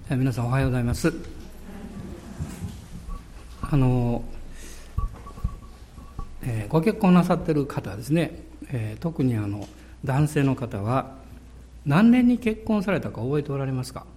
皆さんおはようございます。ご結婚なさっている方ですね、特に男性の方は何年に結婚されたか覚えておられますか？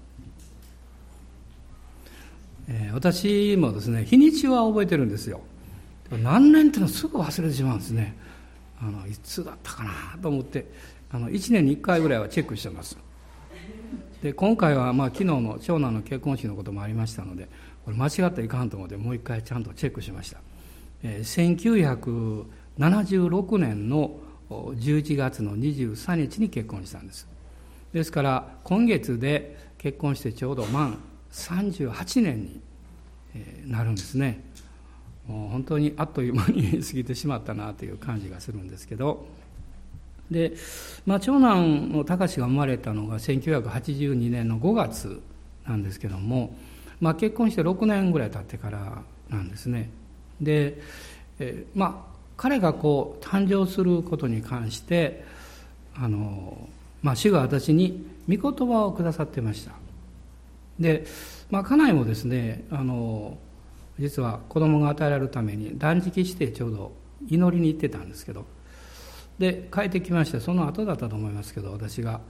私もですね、日にちは覚えてるんですよ。何年っていうのはすぐ忘れてしまうんですね。いつだったかなと思って1年に1回ぐらいはチェックしてます。で今回は昨日の長男の結婚式のこともありましたので、これ間違ったらいかんと思ってもう一回ちゃんとチェックしました。1976年の11月の23日に結婚したんです。ですから今月で結婚してちょうど満38年になるんですね。もう本当にあっという間に過ぎてしまったなという感じがするんですけど、で、長男の隆が生まれたのが1982年の5月なんですけども、結婚して6年ぐらい経ってからなんですね。で、彼が誕生することに関して主が私に御言葉をくださってました。で、家内もですね実は子供が与えられるために断食してちょうど祈りに行ってたんですけど、で帰ってきまして、その後だったと思いますけど、私が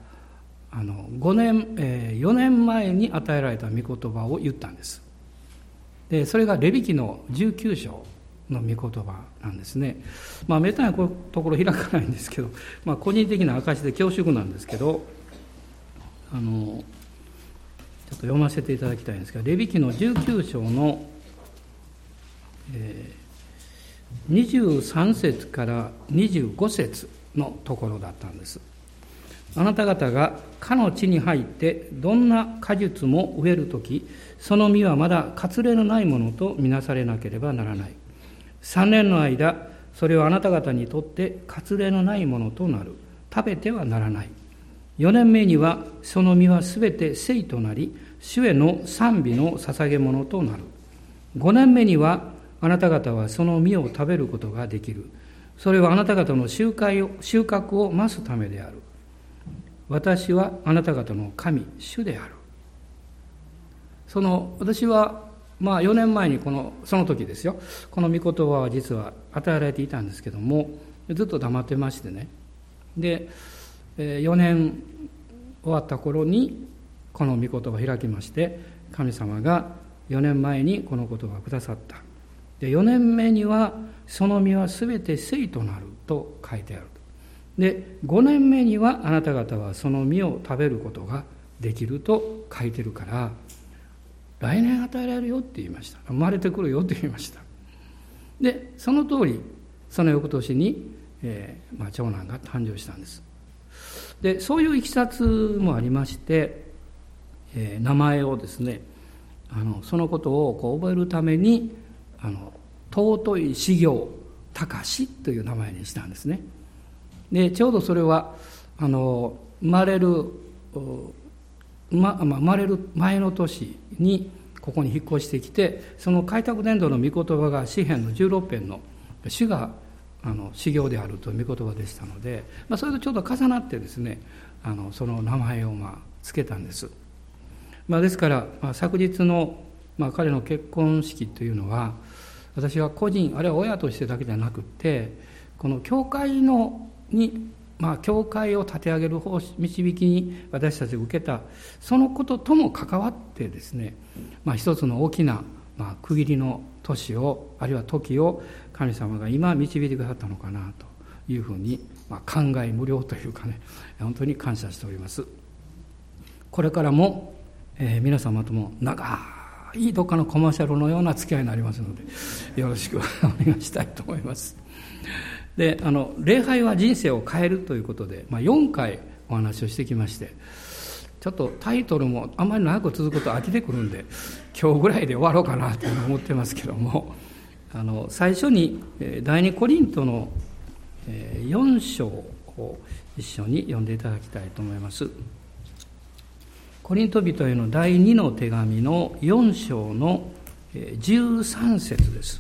4年前に与えられた御言葉を言ったんです。でそれがレビ記の19章の御言葉なんですね。めったにこのところ開かないんですけど、個人的な証で恐縮なんですけど、ちょっと読ませていただきたいんですが、レビ記の19章の、23節から25節のところだったんです。あなた方がかの地に入ってどんな果実も植えるとき、その実はまだ割礼のないものとみなされなければならない。3年の間それはあなた方にとって割礼のないものとなる。食べてはならない。4年目にはその実はすべて聖となり、主への賛美の捧げ物となる。5年目にはあなた方はその実を食べることができる。それはあなた方の収穫を増すためである。私はあなた方の神、主である。私は4年前にその時ですよ、この御言葉は実は与えられていたんですけども、ずっと黙ってましてね。で、4年終わった頃にこの御言葉を開きまして、神様が4年前にこの言葉をくださった。で4年目にはその実はすべて聖となると書いてある。で5年目にはあなた方はその実を食べることができると書いてるから、来年与えられるよって言いました。生まれてくるよって言いました。でその通り、その翌年に、長男が誕生したんです。でそういういきさつもありまして、名前をですねそのことを覚えるために尊い至行隆という名前にしたんですね。でちょうどそれは生まれる前の年にここに引っ越してきて、その開拓伝道の御言葉が詩編の16編の主が修行であるという御言葉でしたので、それとちょうど重なってですねその名前をつけたんです。ですから、昨日の、彼の結婚式というのは、私は個人あるいは親としてだけじゃなくて、この教会教会を立て上げる導きに私たちが受けたそのこととも関わってですね、一つの大きな、区切りの年をあるいは時を神様が今導いてくださったのかなというふうに、感慨無量というかね、本当に感謝しております。これからも、皆様とも長いどっかのコマーシャルのような付き合いになりますので、よろしくお願いしたいと思います。で礼拝は人生を変えるということで、4回お話をしてきまして、ちょっとタイトルもあんまり長く続くと飽きてくるんで、今日ぐらいで終わろうかなと思ってますけども、最初に第二コリントの4章を一緒に読んでいただきたいと思います。コリント人への第2の手紙の4章の13節です。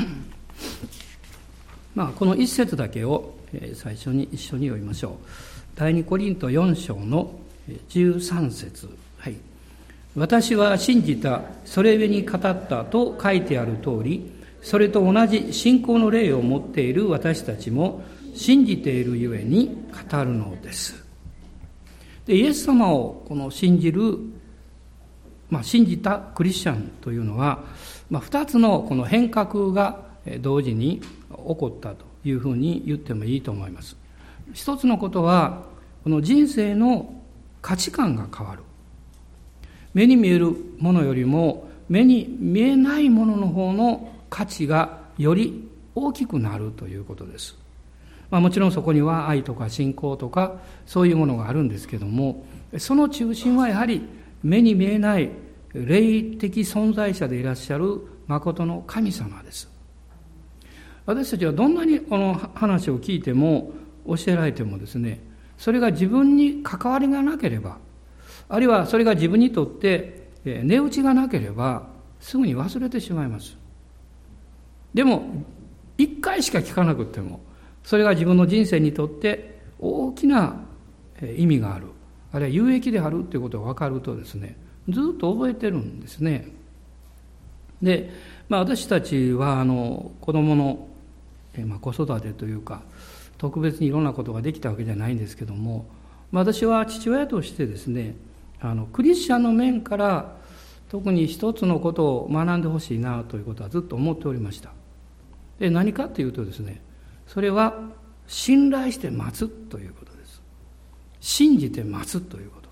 この一節だけを最初に一緒に読みましょう。第二コリント4章の13節、はい。 私は信じた、それゆえに語ったと書いてある通り、それと同じ信仰の霊を持っている私たちも信じているゆえに語るのです。で、イエス様をこの信じる、信じたクリスチャンというのは、2つのこの変革が同時に起こったというふうに言ってもいいと思います。一つのことは、この人生の価値観が変わる。目に見えるものよりも目に見えないものの方の価値がより大きくなるということです。もちろんそこには愛とか信仰とかそういうものがあるんですけども、その中心はやはり目に見えない霊的存在者でいらっしゃる誠の神様です。私たちはどんなにこの話を聞いても教えられてもですね、それが自分に関わりがなければ、あるいはそれが自分にとって値打ちがなければすぐに忘れてしまいます。でも一回しか聞かなくても、それが自分の人生にとって大きな意味がある、あるいは有益であるということが分かるとですね、ずっと覚えてるんですね。で、私たちは子供の子育てというか、特別にいろんなことができたわけじゃないんですけども、私は父親としてですね、クリスチャンの面から特に一つのことを学んでほしいなということはずっと思っておりました。で、何かというとですね、それは信頼して待つということです。信じて待つということ。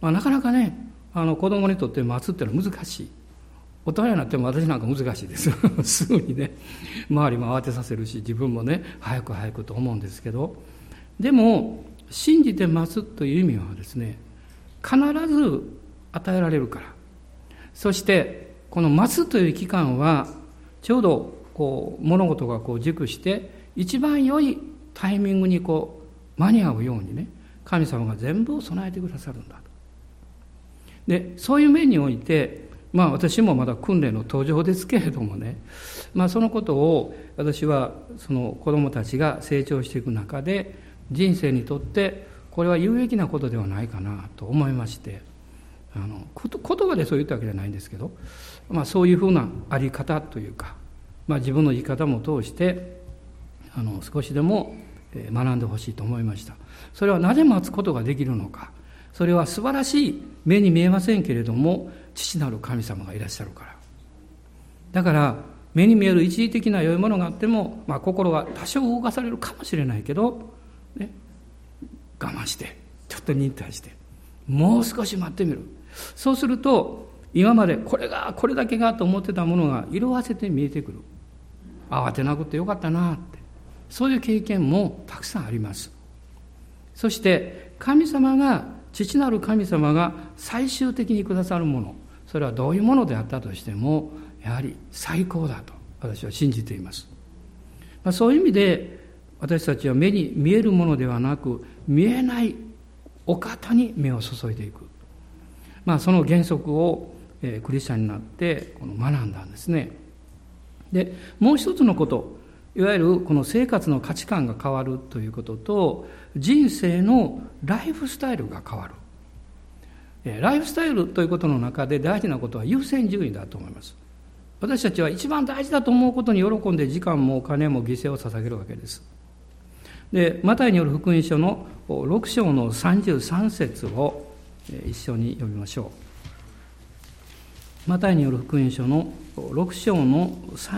なかなかね、子供にとって待つっていうのは難しい。大人になっても私なんか難しいです。すぐにね、周りも慌てさせるし、自分もね、早く早くと思うんですけど、でも信じて待つという意味はですね、必ず与えられるから。そしてこの待つという期間はちょうど物事が熟して一番良いタイミングに間に合うようにね、神様が全部を備えてくださるんだと。で、そういう面において、私もまだ訓練の途上ですけれどもね、そのことを私はその子どもたちが成長していく中で、人生にとってこれは有益なことではないかなと思いまして、言葉でそう言ったわけじゃないんですけど、そういうふうなあり方というか、自分の生き方も通して少しでも学んでほしいと思いました。それはなぜ待つことができるのか。それは素晴らしい、目に見えませんけれども父なる神様がいらっしゃるから。だから目に見える一時的な良いものがあっても、心が多少動かされるかもしれないけど、ね、我慢してちょっと忍耐してもう少し待ってみる。そうすると今までこれだけがと思ってたものが色あせて見えてくる。慌てなくてよかったなって、そういう経験もたくさんあります。そして父なる神様が最終的にくださるもの、それはどういうものであったとしてもやはり最高だと私は信じています。そういう意味で私たちは目に見えるものではなく、見えないお方に目を注いでいく、その原則をクリスチャンになって学んだんですね。で、もう一つのこと、いわゆるこの生活の価値観が変わるということと、人生のライフスタイルが変わる。ライフスタイルということの中で大事なことは優先順位だと思います。私たちは一番大事だと思うことに喜んで時間もお金も犠牲を捧げるわけです。で、マタイによる福音書の6章の33節を一緒に読みましょう。マタイによる福音書の6章の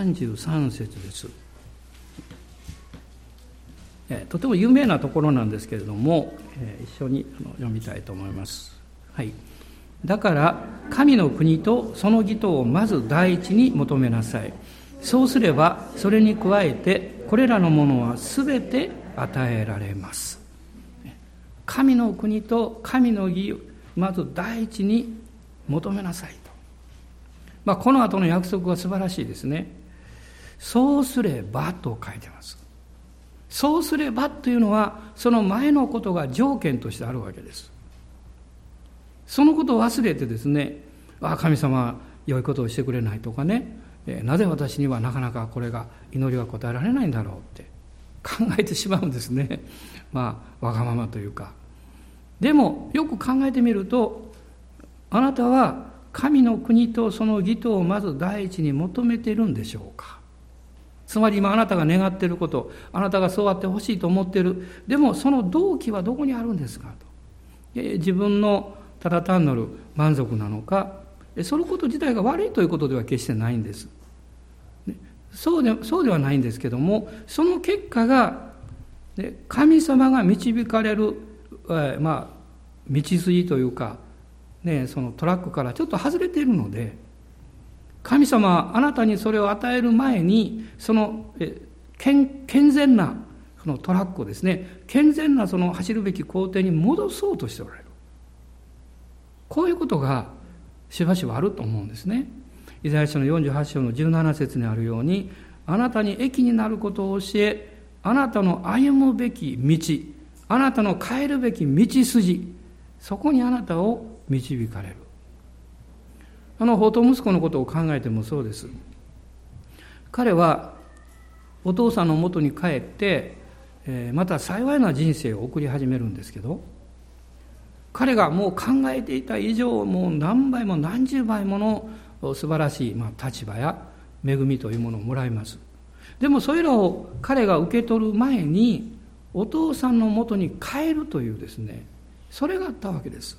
33節です。とても有名なところなんですけれども、一緒に読みたいと思います。はい。だから神の国とその義とをまず第一に求めなさい。そうすればそれに加えてこれらのものはすべて与えられます。神の国と神の義をまず第一に求めなさいと。この後の約束は素晴らしいですね。そうすればと書いてます。そうすればというのはその前のことが条件としてあるわけです。そのことを忘れてですね、神様は良いことをしてくれないとかね、なぜ私にはなかなかこれが祈りが応えられないんだろうって考えてしまうんですね。わがままというか。でもよく考えてみると、 あなたは神の国とその義とをまず第一に求めているんでしょうか。つまり今あなたが願っていること、あなたがそうあってほしいと思っている。でもその動機はどこにあるんですかと。自分のただ単なる満足なのか、そのこと自体が悪いということでは決してないんです。そうではないんですけども、その結果が神様が導かれる、道筋というか、そのトラックからちょっと外れているので、神様はあなたにそれを与える前に、その健全なそのトラックをですね、健全なその走るべき工程に戻そうとしておられる。こういうことがしばしばあると思うんですね。イザヤ書の48章の17節にあるように、あなたに益になることを教え、あなたの歩むべき道、あなたの帰るべき道筋、そこにあなたを導かれる。放蕩息子のことを考えてもそうです。彼はお父さんのもとに帰って、また幸いな人生を送り始めるんですけど、彼がもう考えていた以上、もう何倍も何十倍もの素晴らしい立場や恵みというものをもらいます。でもそれらを彼が受け取る前に、お父さんのもとに帰るというですね、それがあったわけです。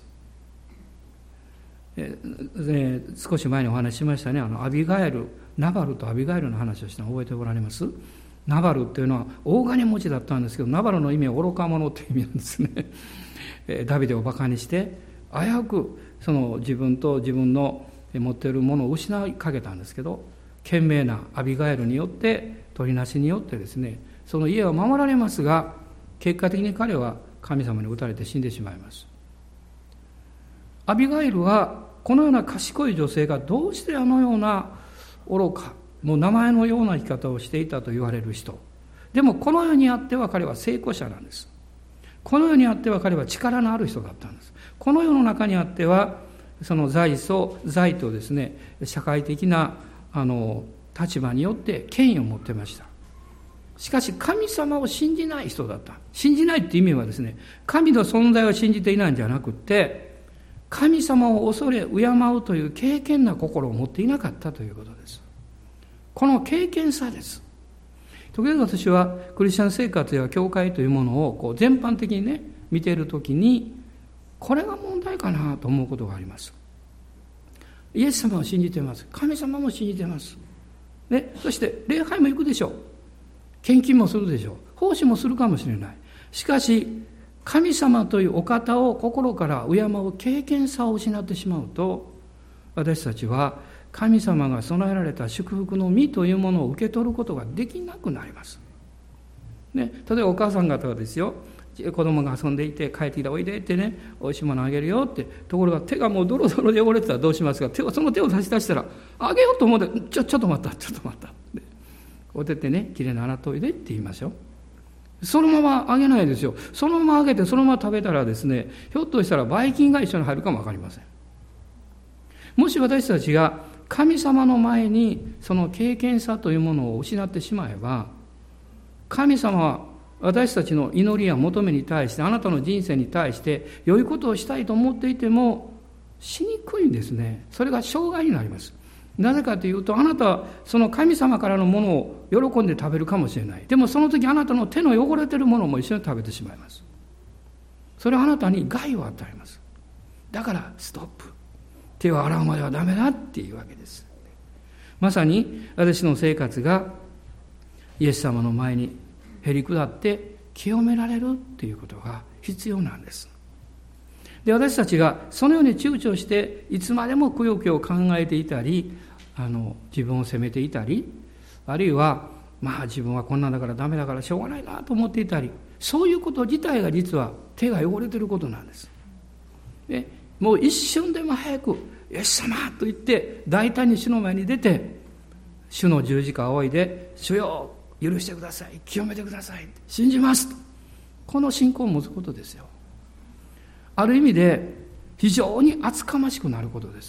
少し前にお話ししましたね。ナバルとアビガイルの話をしたの覚えておられます？ナバルっていうのは大金持ちだったんですけど、ナバルの意味は愚か者という意味なんですね。ダビデをバカにして危うくその自分と自分の持っているものを失いかけたんですけど、賢明なアビガイルによって、取りなしによってですね、その家は守られますが、結果的に彼は神様に撃たれて死んでしまいます。アビガイルはこのような賢い女性がどうしてあのような愚か、もう名前のような生き方をしていたと言われる人。でもこの世にあっては彼は成功者なんです。この世にあっては彼は力のある人だったんです。この世の中にあってはその財とですね、社会的な立場によって権威を持ってました。しかし神様を信じない人だった。信じないって意味はですね、神の存在を信じていないんじゃなくて、神様を恐れ敬うという敬虔な心を持っていなかったということです。この敬虔さです。時々私はクリスチャン生活や教会というものを全般的にね、見ているときに、これが問題かなと思うことがあります。イエス様を信じています。神様も信じています。そして礼拝も行くでしょう。献金もするでしょう。奉仕もするかもしれない。しかし、神様というお方を心から敬う敬虔さを失ってしまうと、私たちは神様が備えられた祝福の実というものを受け取ることができなくなります。例えばお母さん方はですよ、子供が遊んでいて帰ってきたらおいでってね、おいしいものあげるよって、ところが手がもうドロドロで汚れてたらどうしますか。その手を差し出したらあげようと思って、ちょっと待ったってお手ってね、きれいな洗っておいでって言いましょう。そのままあげないですよ。そのままあげてそのまま食べたらですね、ひょっとしたらばい菌が一緒に入るかもわかりません。もし私たちが神様の前にその敬虔さというものを失ってしまえば、神様は私たちの祈りや求めに対して、あなたの人生に対して良いことをしたいと思っていてもしにくいんですね。それが障害になります。なぜかというと、あなたはその神様からのものを喜んで食べるかもしれない。でもその時あなたの手の汚れているものも一緒に食べてしまいます。それはあなたに害を与えます。だからストップ。手を洗うまではダメだっていうわけです。まさに私の生活がイエス様の前にへり下って清められるっていうことが必要なんです。で、私たちがそのように躊躇していつまでもくよくよ考えていたり、自分を責めていたり、あるいは自分はこんなんだからダメだからしょうがないなと思っていたり、そういうこと自体が実は手が汚れていることなんです。で、もう一瞬でも早くイエス様と言って大胆に主の前に出て、主の十字架を仰いで、主よ許してください、清めてください、信じますと、この信仰を持つことですよ。ある意味で非常に厚かましくなることです。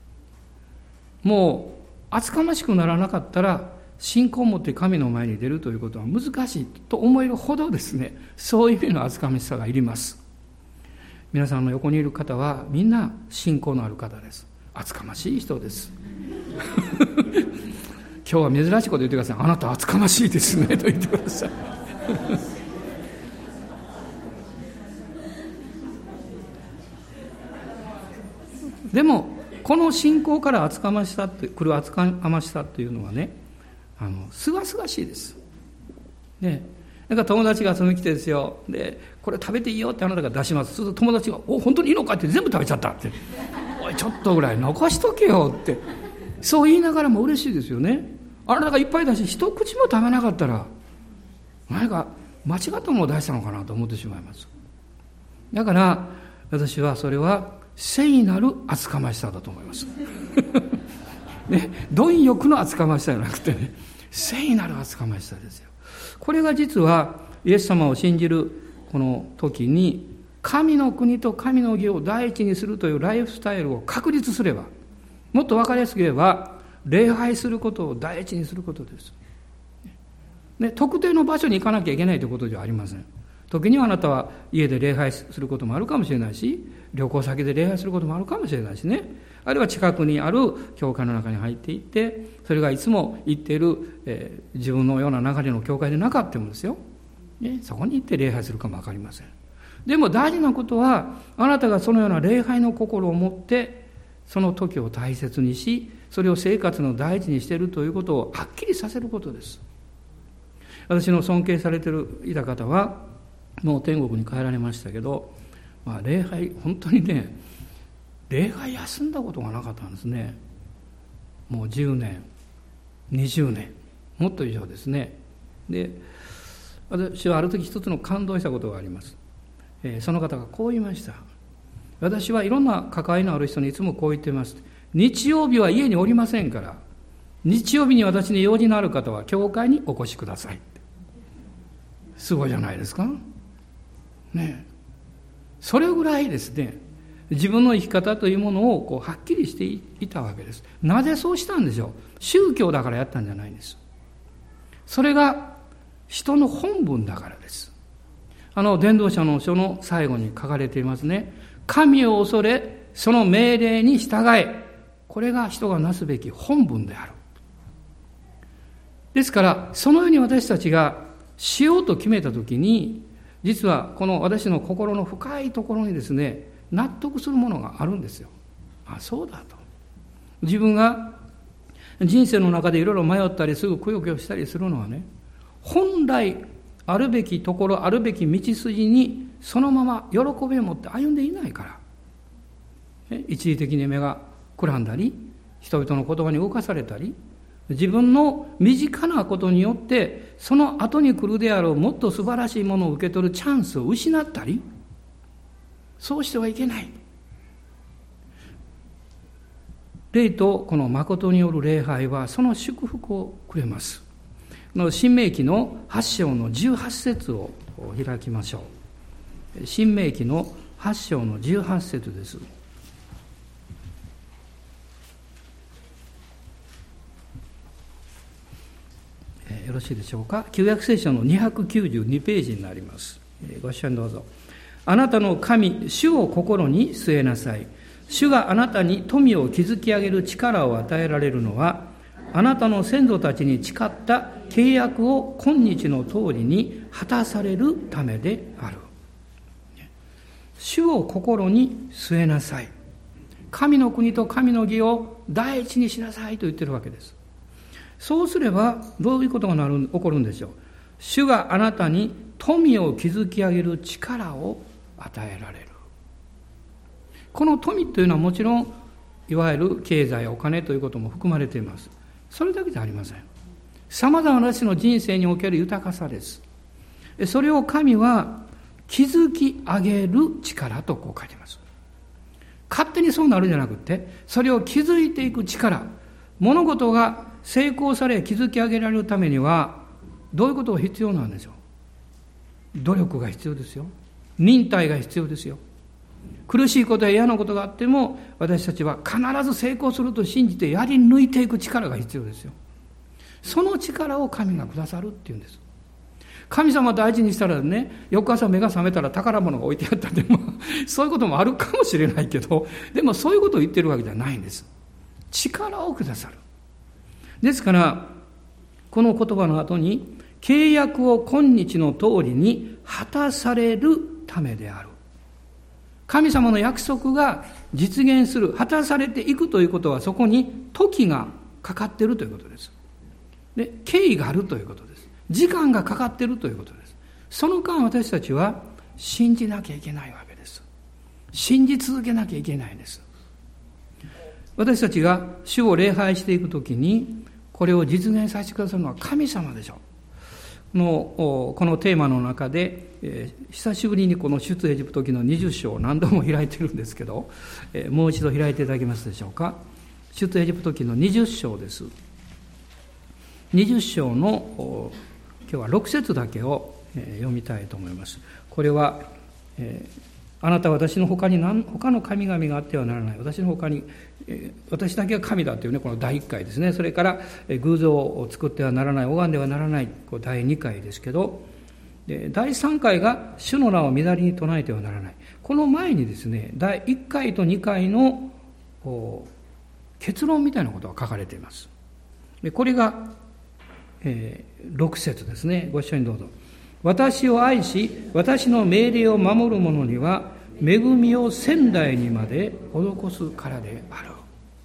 もう厚かましくならなかったら信仰を持って神の前に出るということは難しいと思えるほどですね、そういう意味の厚かましさがいります。 皆さんの横にいる方はみんな信仰のある方です。厚かましい人です今日は珍しいこと言ってください。あなた厚かましいですねと言ってくださいでもこの信仰から厚かましさって来る厚かましさっていうのはね、すがすがしいですね。なんか友達が遊びに来てですよ、でこれ食べていいよってあなたが出します。すると友達が本当にいいのかって全部食べちゃったっておいちょっとぐらい残しとけよってそう言いながらも嬉しいですよね。あなたがいっぱい出し一口も食べなかったら何か間違ったものを出したのかなと思ってしまいます。だから私はそれは聖なる厚かましさだと思いますね、貪欲の厚かましさじゃなくてね、聖なる厚かましさですよ。これが実はイエス様を信じるこの時に神の国と神の義を第一にするというライフスタイルを確立すれば、もっと分かりやすく言えば礼拝することを第一にすることです、ね、特定の場所に行かなきゃいけないということではありません。時にはあなたは家で礼拝することもあるかもしれないし、旅行先で礼拝することもあるかもしれないしね、あるいは近くにある教会の中に入っていって、それがいつも行っている、自分のような流れの教会でなかったもですよ、ね、そこに行って礼拝するかも分かりません。でも大事なことは、あなたがそのような礼拝の心を持ってその時を大切にし、それを生活の第一にしているということをはっきりさせることです。私の尊敬されていた方はもう天国に帰られましたけど、礼拝本当にね、礼拝休んだことがなかったんですね。もう10年20年もっと以上ですね。で、私はある時一つの感動したことがあります。その方がこう言いました。私はいろんな関わりのある人にいつもこう言っています。日曜日は家におりませんから、日曜日に私に用事のある方は教会にお越しください。すごいじゃないですかね。それぐらいですね、自分の生き方というものをはっきりしていたわけです。なぜそうしたんでしょう。宗教だからやったんじゃないんです。それが人の本分だからです。伝道者の書の最後に書かれていますね。神を恐れ、その命令に従え。これが人がなすべき本分である。ですから、そのように私たちがしようと決めたときに、実はこの私の心の深いところにですね、納得するものがあるんですよ。そうだと。自分が人生の中でいろいろ迷ったりすぐくよくよしたりするのはね、本来あるべきところ、あるべき道筋にそのまま喜びを持って歩んでいないから、一時的に目がくらんだり、人々の言葉に動かされたり、自分の身近なことによってその後に来るであろうもっと素晴らしいものを受け取るチャンスを失ったり、そうしてはいけない。霊とこの誠による礼拝はその祝福をくれます。申命記の8章の18節を開きましょう。申命記の8章の18節です。よろしいでしょうか。旧約聖書の292ページになります。ご一緒にどうぞ。あなたの神、主を心に据えなさい。主があなたに富を築き上げる力を与えられるのは、あなたの先祖たちに誓った契約を今日の通りに果たされるためである。主を心に据えなさい。神の国と神の義を第一にしなさいと言ってるわけです。そうすればどういうことが起こるんでしょう。主があなたに富を築き上げる力を与えられる。この富というのはもちろんいわゆる経済、お金ということも含まれています。それだけじゃありません。さまざまな人の人生における豊かさです。それを神は築き上げる力とこう書いています。勝手にそうなるんじゃなくて、それを築いていく力、物事が成功され築き上げられるためにはどういうことが必要なんでしょう。努力が必要ですよ。忍耐が必要ですよ。苦しいことや嫌なことがあっても私たちは必ず成功すると信じてやり抜いていく力が必要ですよ。その力を神がくださるっていうんです。 神様大事にしたらね、翌朝目が覚めたら宝物が置いてあったでも、そういうこともあるかもしれないけど、でもそういうことを言ってるわけじゃないんです。力をくださる。ですから、この言葉の後に、契約を今日の通りに果たされるためである。神様の約束が実現する、果たされていくということは、そこに時がかかっているということです。で、経緯があるということです。時間がかかっているということです。その間、私たちは信じなきゃいけないわけです。信じ続けなきゃいけないんです。私たちが主を礼拝していくときに、これを実現させてくださるのは神様でしょう。このテーマの中で、久しぶりにこの出エジプト記の20章を何度も開いてるんですけど、もう一度開いていただけますでしょうか。出エジプト記の20章です。20章の今日は6節だけを読みたいと思います。これは、あなたは私の他に他の神々があってはならない。私の他に、私だけが神だというね、この第1回ですね。それから、偶像を作ってはならない、拝んではならない、第2回ですけど、第3回が主の名を乱りに唱えてはならない。この前にですね、第1回と2回の結論みたいなことが書かれています。でこれが、6節ですね。ご一緒にどうぞ。私を愛し、私の命令を守る者には、恵みを千代にまで施すからである。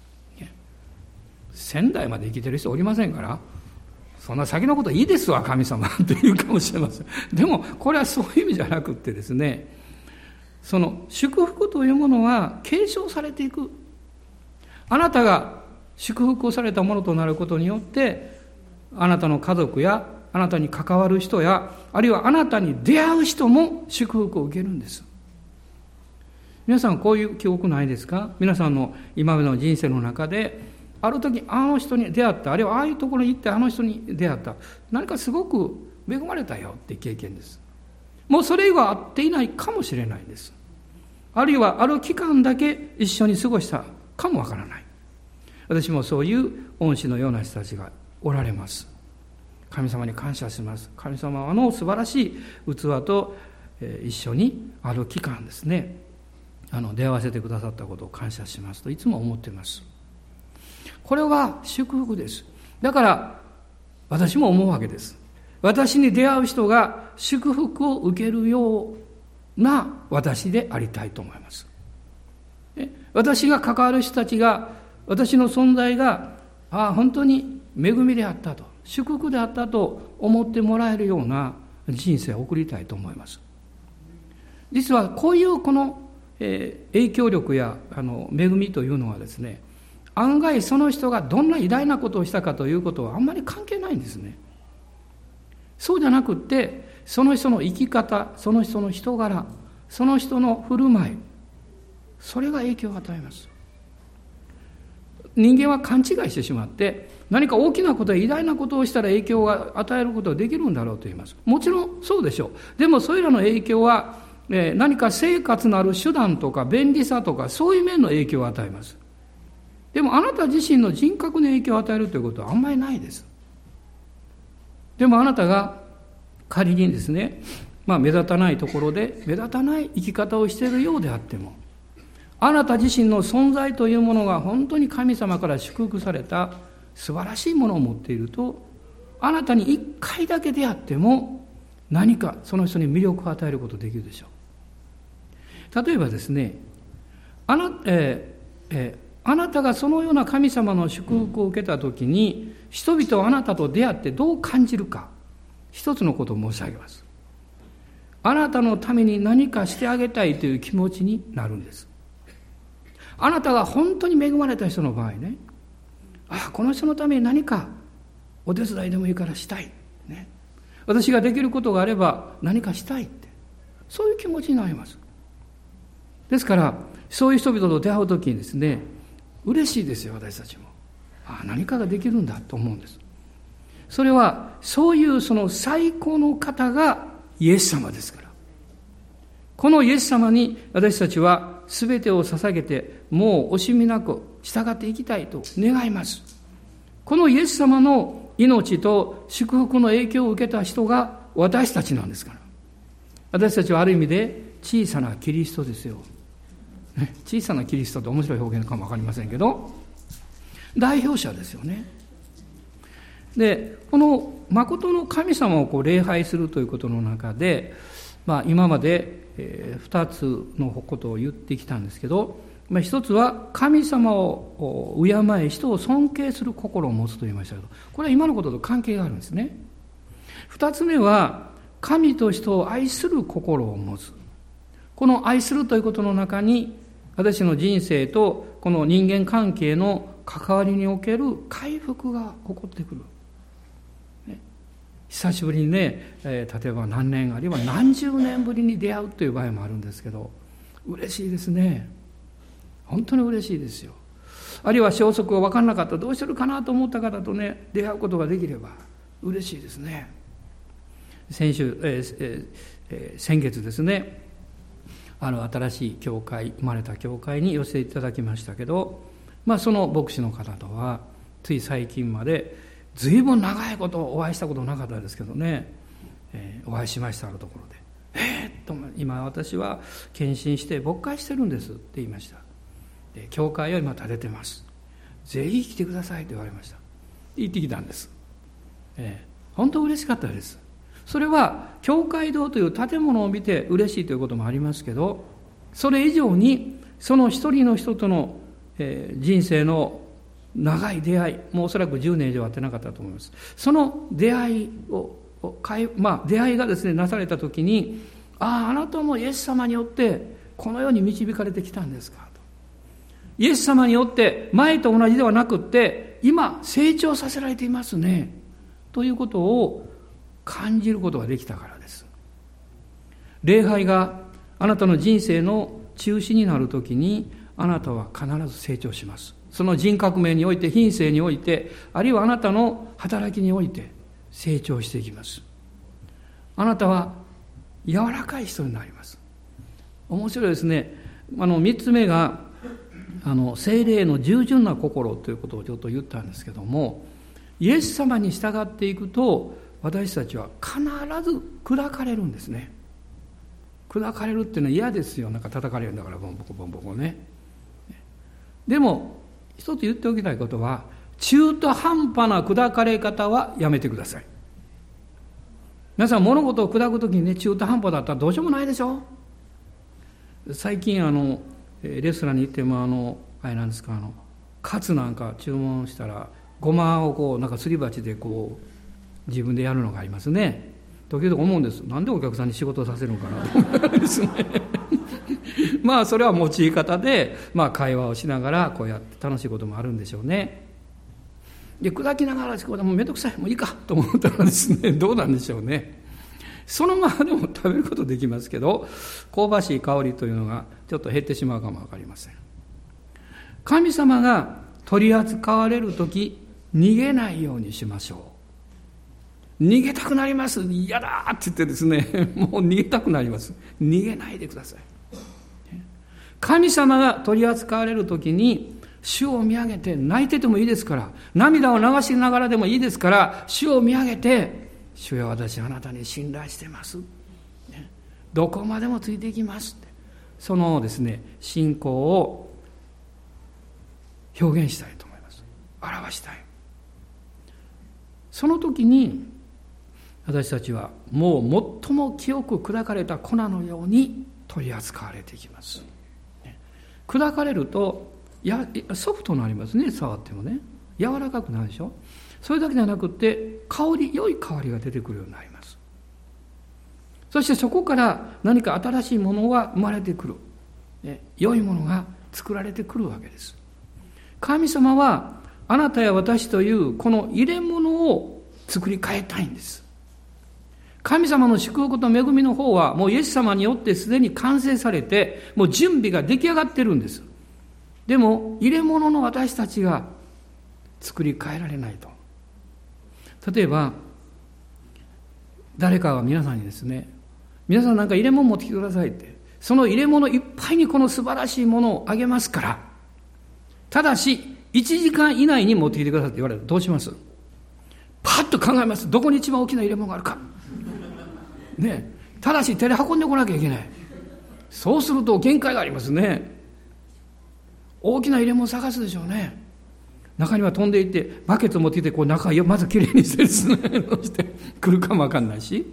千代まで生きてる人おりませんから、そんな先のこといいですわ、神様って言うかもしれません。でも、これはそういう意味じゃなくってですね、その祝福というものは継承されていく。あなたが祝福をされたものとなることによって、あなたの家族やあなたに関わる人や、あるいはあなたに出会う人も祝福を受けるんです。皆さんこういう記憶ないですか？皆さんの今までの人生の中で、ある時あの人に出会った、あるいはああいうところに行ってあの人に出会った、何かすごく恵まれたよって経験です。もうそれ以外は会っていないかもしれないんです。あるいはある期間だけ一緒に過ごしたかもわからない。私もそういう恩師のような人たちがおられます。神様に感謝します。神様は素晴らしい器と一緒にある期間ですね、出会わせてくださったことを感謝しますといつも思っています。これは祝福です。だから私も思うわけです。私に出会う人が祝福を受けるような私でありたいと思います。私が関わる人たちが、私の存在が本当に恵みであったと、祝福であったと思ってもらえるような人生を送りたいと思います。実はこういうこの影響力や恵みというのはですね、案外その人がどんな偉大なことをしたかということはあんまり関係ないんですね。そうじゃなくって、その人の生き方、その人の人柄、その人の振る舞い、それが影響を与えます。人間は勘違いしてしまって、何か大きなことや偉大なことをしたら影響を与えることができるんだろうと言います。もちろんそうでしょう。でもそれらの影響は、何か生活のある手段とか便利さとかそういう面の影響を与えます。でもあなた自身の人格に影響を与えるということはあんまりないです。でもあなたが仮にですね、目立たないところで目立たない生き方をしているようであっても、あなた自身の存在というものが本当に神様から祝福された素晴らしいものを持っていると、あなたに一回だけ出会っても何かその人に魅力を与えることができるでしょう。例えばですね、あなたがそのような神様の祝福を受けたときに、人々はあなたと出会ってどう感じるか、一つのことを申し上げます。あなたのために何かしてあげたいという気持ちになるんです。あなたが本当に恵まれた人の場合ね、この人のために何かお手伝いでもいいからしたい、ね、私ができることがあれば何かしたいって、そういう気持ちになります。ですからそういう人々と出会うときにですね、嬉しいですよ。私たちも何かができるんだと思うんです。それはそういうその最高の方がイエス様ですから、このイエス様に私たちは全てを捧げて、もう惜しみなく従っていきたいと願います。このイエス様の命と祝福の影響を受けた人が私たちなんですから。私たちはある意味で小さなキリストですよ。小さなキリストって面白い表現かもわかりませんけど、代表者ですよね。で、この誠の神様を礼拝するということの中で、今まで2つのことを言ってきたんですけど、一つは神様を敬い人を尊敬する心を持つと言いましたけど、これは今のことと関係があるんですね。2つ目は神と人を愛する心を持つ。この愛するということの中に、私の人生とこの人間関係の関わりにおける回復が起こってくる。久しぶりにね、例えば何年あるいは何十年ぶりに出会うという場合もあるんですけど、嬉しいですね。本当に嬉しいですよ。あるいは消息が分からなかった、どうしてるかなと思った方とね、出会うことができれば嬉しいですね。先月ですね、新しい教会、生まれた教会に寄せていただきましたけど、その牧師の方とはつい最近までずいぶん長いことお会いしたことなかったですけどね、お会いしましたあるところで、今私は献身して牧会してるんですって言いました。で、教会を今建ててます。ぜひ来てくださいと言われました。行ってきたんです。本当嬉しかったです。それは教会堂という建物を見て嬉しいということもありますけど、それ以上にその一人の人との、人生の長い出会い、もうおそらく10年以上会ってなかったと思います。その出会いを、出会いがですね、なされたときに、あなたもイエス様によってこのように導かれてきたんですかと。イエス様によって前と同じではなくって、今成長させられていますね。ということを感じることができたからです。礼拝があなたの人生の中心になるときに、あなたは必ず成長します。その人格面において、品性において、あるいはあなたの働きにおいて成長していきます。あなたは柔らかい人になります。面白いですね。3つ目が聖霊の従順な心ということをちょっと言ったんですけども、イエス様に従っていくと、私たちは必ず砕かれるんですね。砕かれるっていうのは嫌ですよ。なんか叩かれるんだから、ボンボコボンボコね。でも一つ言っておきたいことは、中途半端な砕かれ方はやめてください。皆さん、物事を砕くときにね、中途半端だったらどうしようもないでしょ。最近レストランに行ってもあれなんですか、カツなんか注文したらごまをなんかすり鉢で自分でやるのがありますね。時々思うんです。なんでお客さんに仕事をさせるのかなと思うんですね。それは用い方で、会話をしながらこうやって楽しいこともあるんでしょうね。で、砕きながら仕事もうめんどくさい、もういいかと思ったらですね、どうなんでしょうね。そのままでも食べることできますけど、香ばしい香りというのがちょっと減ってしまうかもわかりません。神様が取り扱われるとき、逃げないようにしましょう。逃げたくなります。嫌だって言ってですね、もう逃げたくなります。逃げないでください。神様が取り扱われるときに、主を見上げて、泣いててもいいですから、涙を流しながらでもいいですから、主を見上げて、主よ、私あなたに信頼してます。どこまでもついていきますって。そのですね、信仰を表現したいと思います。表したい。その時に、私たちはもう最も清く砕かれた粉のように取り扱われていきます。砕かれるとソフトになりますね。触ってもね、柔らかくなるでしょ。それだけじゃなくて良い香りが出てくるようになります。そしてそこから何か新しいものが生まれてくる、良いものが作られてくるわけです。神様はあなたや私というこの入れ物を作り変えたいんです。神様の祝福と恵みの方はもうイエス様によってすでに完成されて、もう準備が出来上がってるんです。でも入れ物の私たちが作り変えられないと。例えば誰かが皆さんにですね、皆さんなんか入れ物持ってきてくださいって、その入れ物いっぱいにこの素晴らしいものをあげますから、ただし1時間以内に持ってきてくださいって言われるとどうします？パッと考えます。どこに一番大きな入れ物があるか。 ね、ただし手で運んでこなきゃいけない。そうすると限界がありますね。大きな入れ物を探すでしょうね。中には飛んでいってバケツを持ってきて、こう中をまずきれいにしてですね、そして来るかもわかんないし、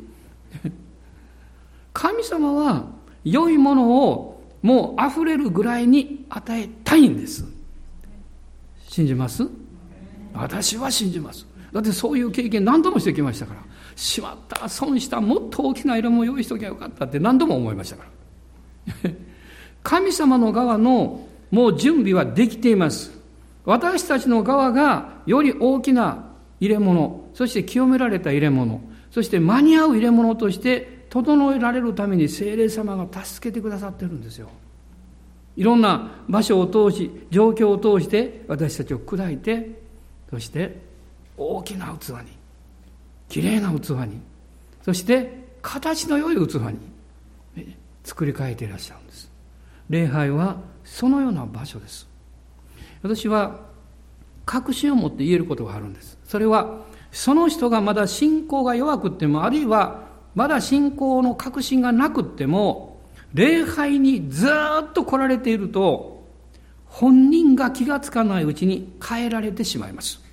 神様は良いものをもう溢れるぐらいに与えたいんです。信じます？私は信じます。だってそういう経験何度もしてきましたから。しまった、損した、もっと大きな入れ物を用意しときゃよかったって何度も思いましたから神様の側のもう準備はできています。私たちの側がより大きな入れ物、そして清められた入れ物、そして間に合う入れ物として整えられるために聖霊様が助けてくださってるんですよ。いろんな場所を通し、状況を通して私たちを砕いて、そして大きな器に、きれいな器に、そして形の良い器に作り変えていらっしゃるんです。礼拝はそのような場所です。私は確信を持って言えることがあるんです。それはその人がまだ信仰が弱くっても、あるいはまだ信仰の確信がなくっても、礼拝にずっと来られていると、本人が気がつかないうちに変えられてしまいます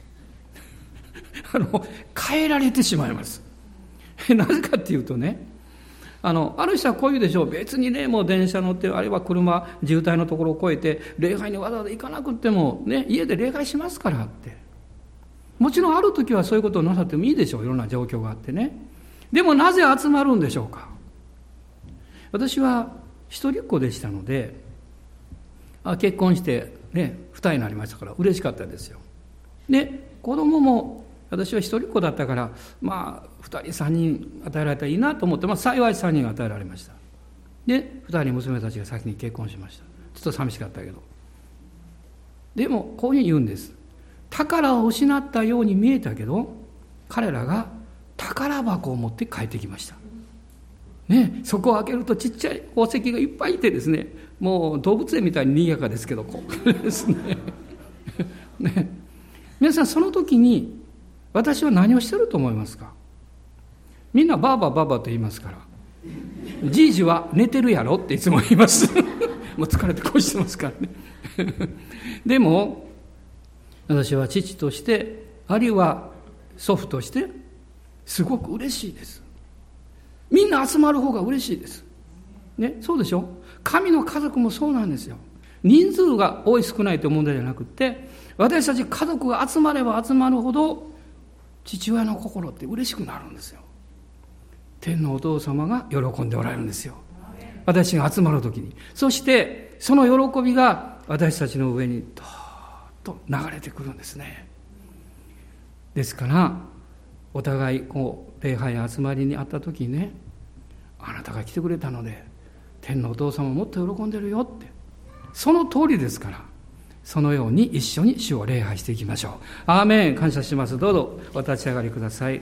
変えられてしまいます。なぜかっていうとね、ある人はこう言うでしょう。別にね、もう電車乗って、あるいは車、渋滞のところを越えて、礼拝にわざわざ行かなくっても、ね、家で礼拝しますからって。もちろんある時はそういうことをなさってもいいでしょう。いろんな状況があってね。でもなぜ集まるんでしょうか。私は一人っ子でしたので、結婚して、ね、二人になりましたから嬉しかったですよ。で、子供も、私は一人っ子だったから、2人3人与えられたらいいなと思って、幸い3人が与えられました。で、2人娘たちが先に結婚しました。ちょっと寂しかったけど。でもこういうふうに言うんです。宝を失ったように見えたけど、彼らが宝箱を持って帰ってきました。ね、そこを開けるとちっちゃい宝石がいっぱいいてですね、もう動物園みたいに賑やかですけど、こうですね。ね、皆さんその時に私は何をしてると思いますか？みんなバーバーバーバーと言いますから。じいじは寝てるやろっていつも言います。もう疲れてこうしてますからね。でも私は父として、あるいは祖父としてすごく嬉しいです。みんな集まる方が嬉しいです。ね、そうでしょ？神の家族もそうなんですよ。人数が多い少ないという問題じゃなくて、私たち家族が集まれば集まるほど父親の心って嬉しくなるんですよ。天のお父様が喜んでおられるんですよ。私が集まるときに。そしてその喜びが私たちの上にどーっと流れてくるんですね。ですからお互い礼拝や集まりにあったときにね、あなたが来てくれたので天のお父様もっと喜んでるよって、その通りですから、そのように一緒に主を礼拝していきましょう。アーメン。感謝します。どうぞお立ち上がりください。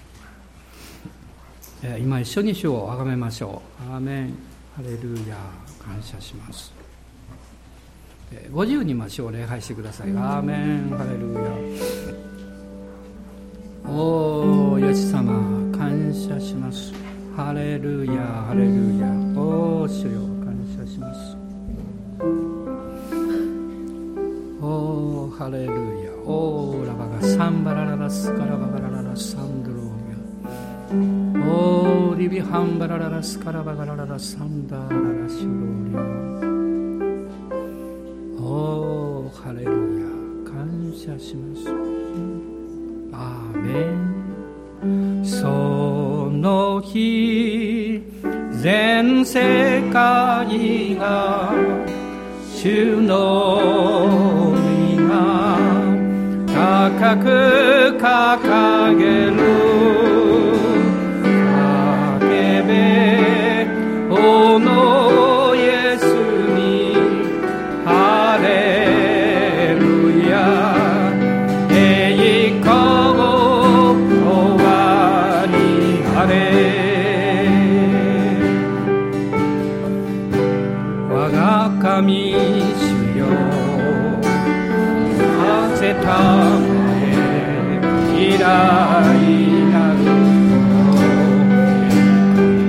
今一緒に主を崇めましょう。アーメン。ハレルヤ。感謝します。ご自由に主を礼拝してください。アーメン。ハレルヤ。おー、イエス様感謝します。ハレルヤハレルヤ。おー、主よ感謝します。おー、ハレルヤ。おー、ラバガサンバラララスカラバガラララサンドローヤ。おー、リビハンバラララスカラバガラララサンダーララシュローヤ。おー、ハレルヤ感謝します。アーメン。その日全世界が主の皆高く掲げる叫べおのイエスにハレルヤ。栄光終わりあれ。我が神主よ風たまえ嫌いなる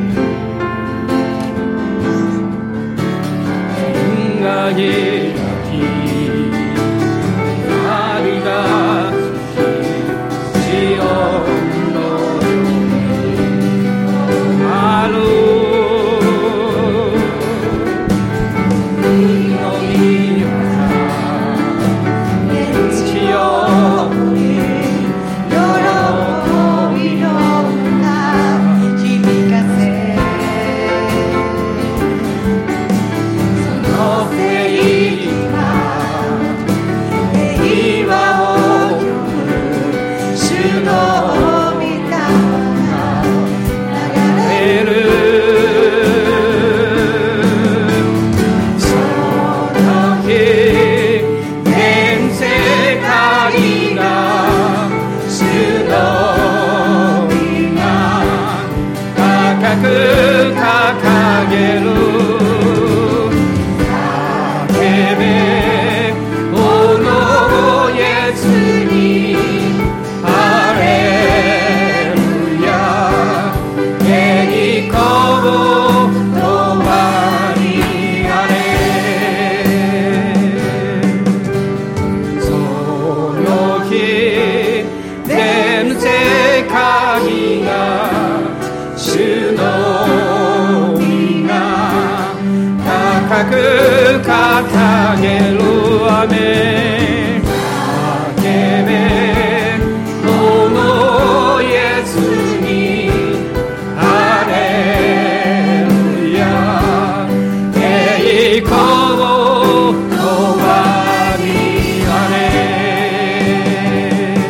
掲げる雨叫べこのイエスにハレルヤ栄光を永遠にあれ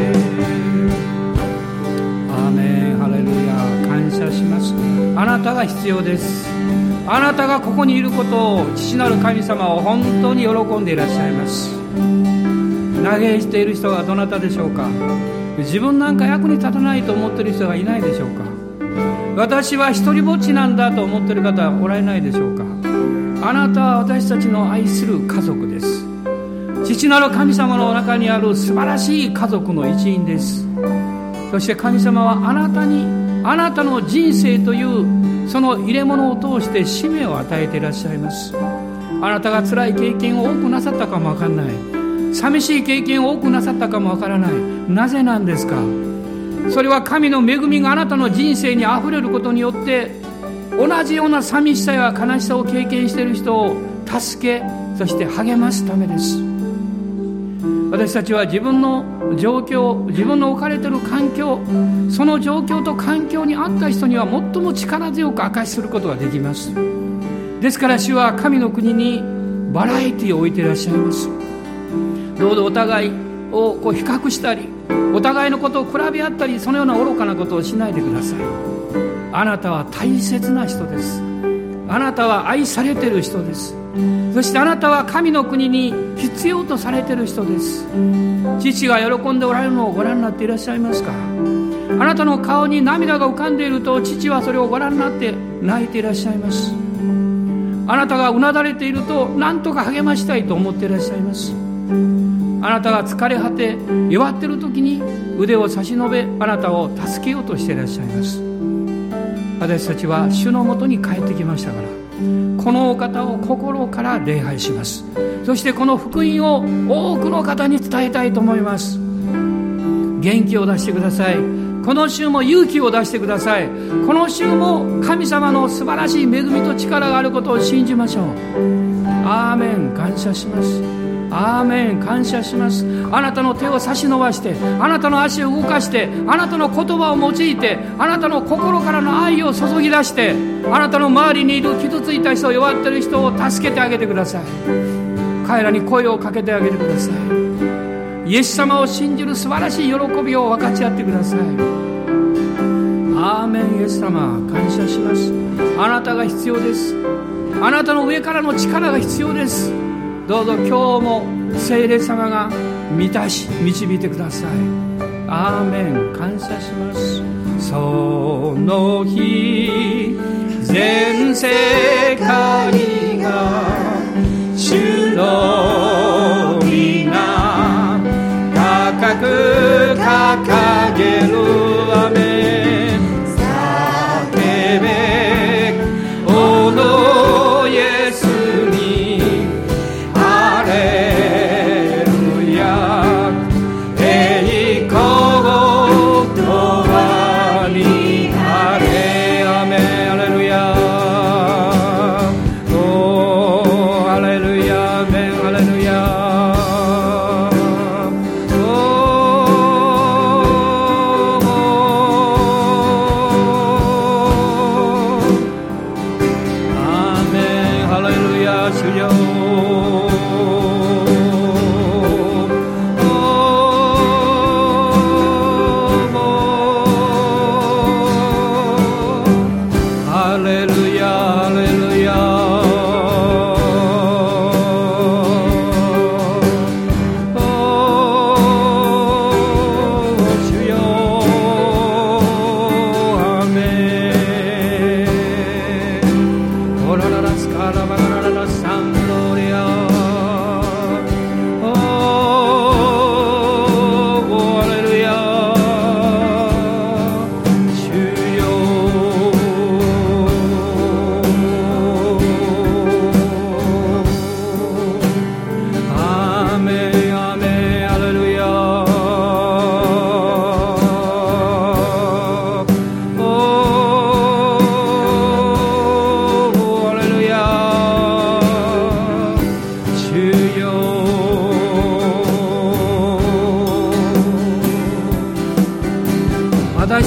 アーメンハレルヤ感謝します。あなたが必要です。あなたがここにいることを父なる神様を本当に喜んでいらっしゃいます。嘆いている人はどなたでしょうか。自分なんか役に立たないと思っている人がいないでしょうか。私は一人ぼっちなんだと思っている方はおられないでしょうか。あなたは私たちの愛する家族です。父なる神様の中にある素晴らしい家族の一員です。そして神様はあなたにあなたの人生というその入れ物を通して使命を与えていらっしゃいます。あなたが辛い経験を多くなさったかもわからない。寂しい経験を多くなさったかもわからない。なぜなんですか。それは神の恵みがあなたの人生にあふれることによって同じような寂しさや悲しさを経験している人を助け、そして励ますためです。私たちは自分の状況、自分の置かれている環境、その状況と環境にあった人には最も力強く証しすることができます。ですから主は神の国にバラエティを置いていらっしゃいます。どうぞお互いを比較したり、お互いのことを比べ合ったり、そのような愚かなことをしないでください。あなたは大切な人です。あなたは愛されている人です。そしてあなたは神の国に必要とされている人です。父が喜んでおられるのをご覧になっていらっしゃいますか。あなたの顔に涙が浮かんでいると父はそれをご覧になって泣いていらっしゃいます。あなたがうなだれていると何とか励ましたいと思っていらっしゃいます。あなたが疲れ果て弱っている時に腕を差し伸べあなたを助けようとしていらっしゃいます。私たちは主のもとに帰ってきましたから、このお方を心から礼拝します。そしてこの福音を多くの方に伝えたいと思います。元気を出してください。この週も勇気を出してください。この週も神様の素晴らしい恵みと力があることを信じましょう。アーメン。感謝します。アーメン。感謝します。あなたの手を差し伸ばして、あなたの足を動かして、あなたの言葉を用いて、あなたの心からの愛を注ぎ出して、あなたの周りにいる傷ついた人、弱っている人を助けてあげてください。彼らに声をかけてあげてください。イエス様を信じる素晴らしい喜びを分かち合ってください。アーメン。イエス様感謝します。あなたが必要です。あなたの上からの力が必要です。どうぞ今日も聖霊様が満たし導いてください。アーメン。感謝します。その日全世界が主の皆高く掲げる雨叫べおのイエスにハレルヤ栄光とはにハレアメハレルヤおハレルヤアメハレルヤ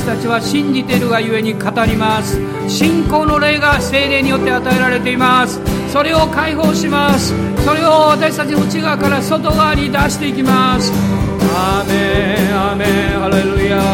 私たちは信じているがゆえに語ります。信仰の霊が聖霊によって与えられています。それを解放します。それを私たちの内側から外側に出していきます。アーメンアーメンハレルヤ。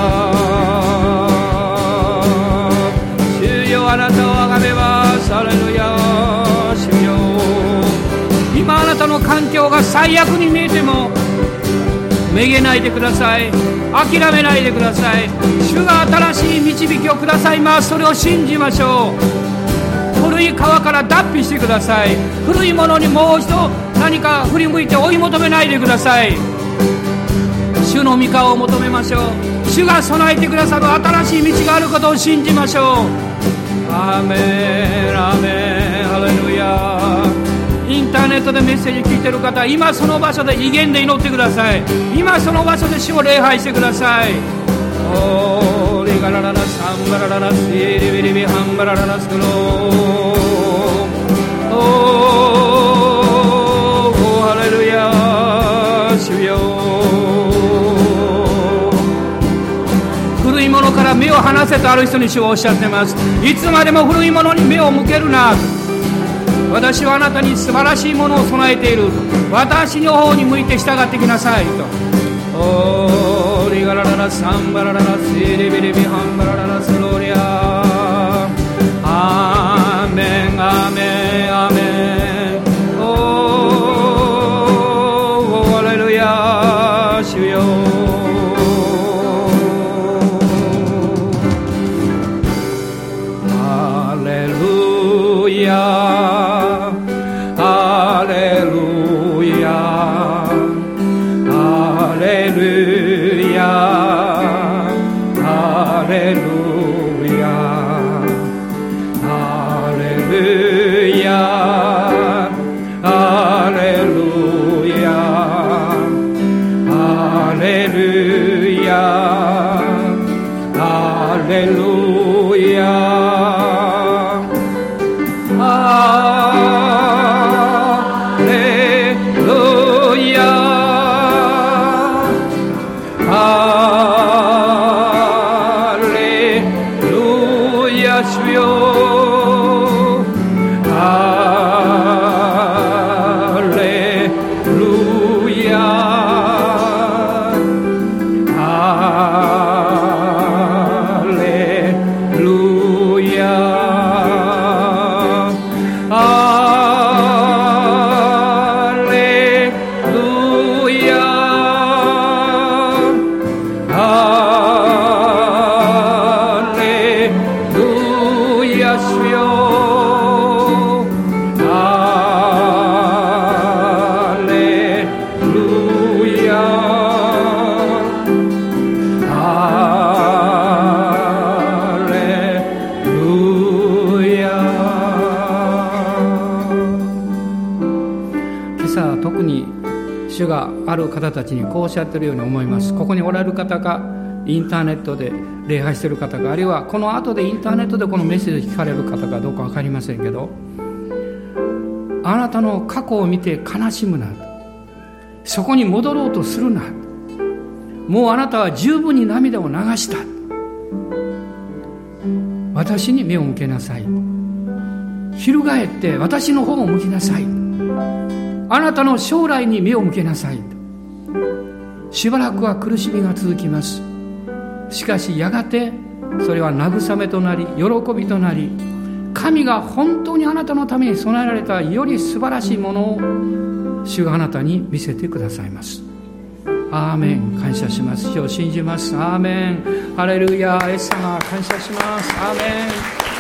主よ、あなたをあがめます。ハレルヤ。主よ、今あなたの環境が最悪に見えてもめげないでください。諦めないでください。主が新しい導きをくださいます。それを信じましょう。古い川から脱皮してください。古いものにもう一度何か振り向いて追い求めないでください。主の御顔を求めましょう。主が備えてくださる新しい道があることを信じましょう。アーメンアーメンハレルヤ。インターネットでメッセージ聞いてる方、今その場所で威厳で祈ってください。今その場所で主を礼拝してください。オーリガララナサンバララナスイリビリビハンバララナスクロー。オーハレルヤ。主よ、古いものから目を離せとある人に主はおっしゃってます。いつまでも古いものに目を向けるな。私はあなたに素晴らしいものを備えている。私の方に向いて従ってきなさいと。オーリガラララサンバラララスイリビリビハンバラララスローリア。アーメンアーメンアーメン。オーハレルヤ。主よ、ハレルヤ。ある方たちにこうおっしゃっているように思います。ここにおられる方がインターネットで礼拝している方が、あるいはこの後でインターネットでこのメッセージを聞かれる方かどうか分かりませんけど、あなたの過去を見て悲しむな、そこに戻ろうとするな、もうあなたは十分に涙を流した、私に目を向けなさい、翻って私の方を向きなさい、あなたの将来に目を向けなさい。しばらくは苦しみが続きます。しかしやがてそれは慰めとなり喜びとなり、神が本当にあなたのために備えられたより素晴らしいものを主があなたに見せてくださいます。アーメン。感謝します。主を信じます。アーメン。ハレルヤ。イエス様感謝します。アーメン。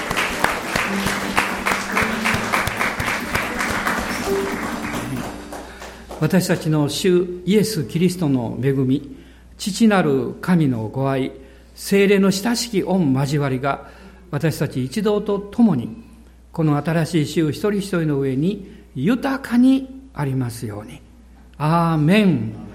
私たちの主イエス・キリストの恵み、父なる神のご愛、聖霊の親しき御交わりが私たち一同と共にこの新しい週一人一人の上に豊かにありますように。アーメン。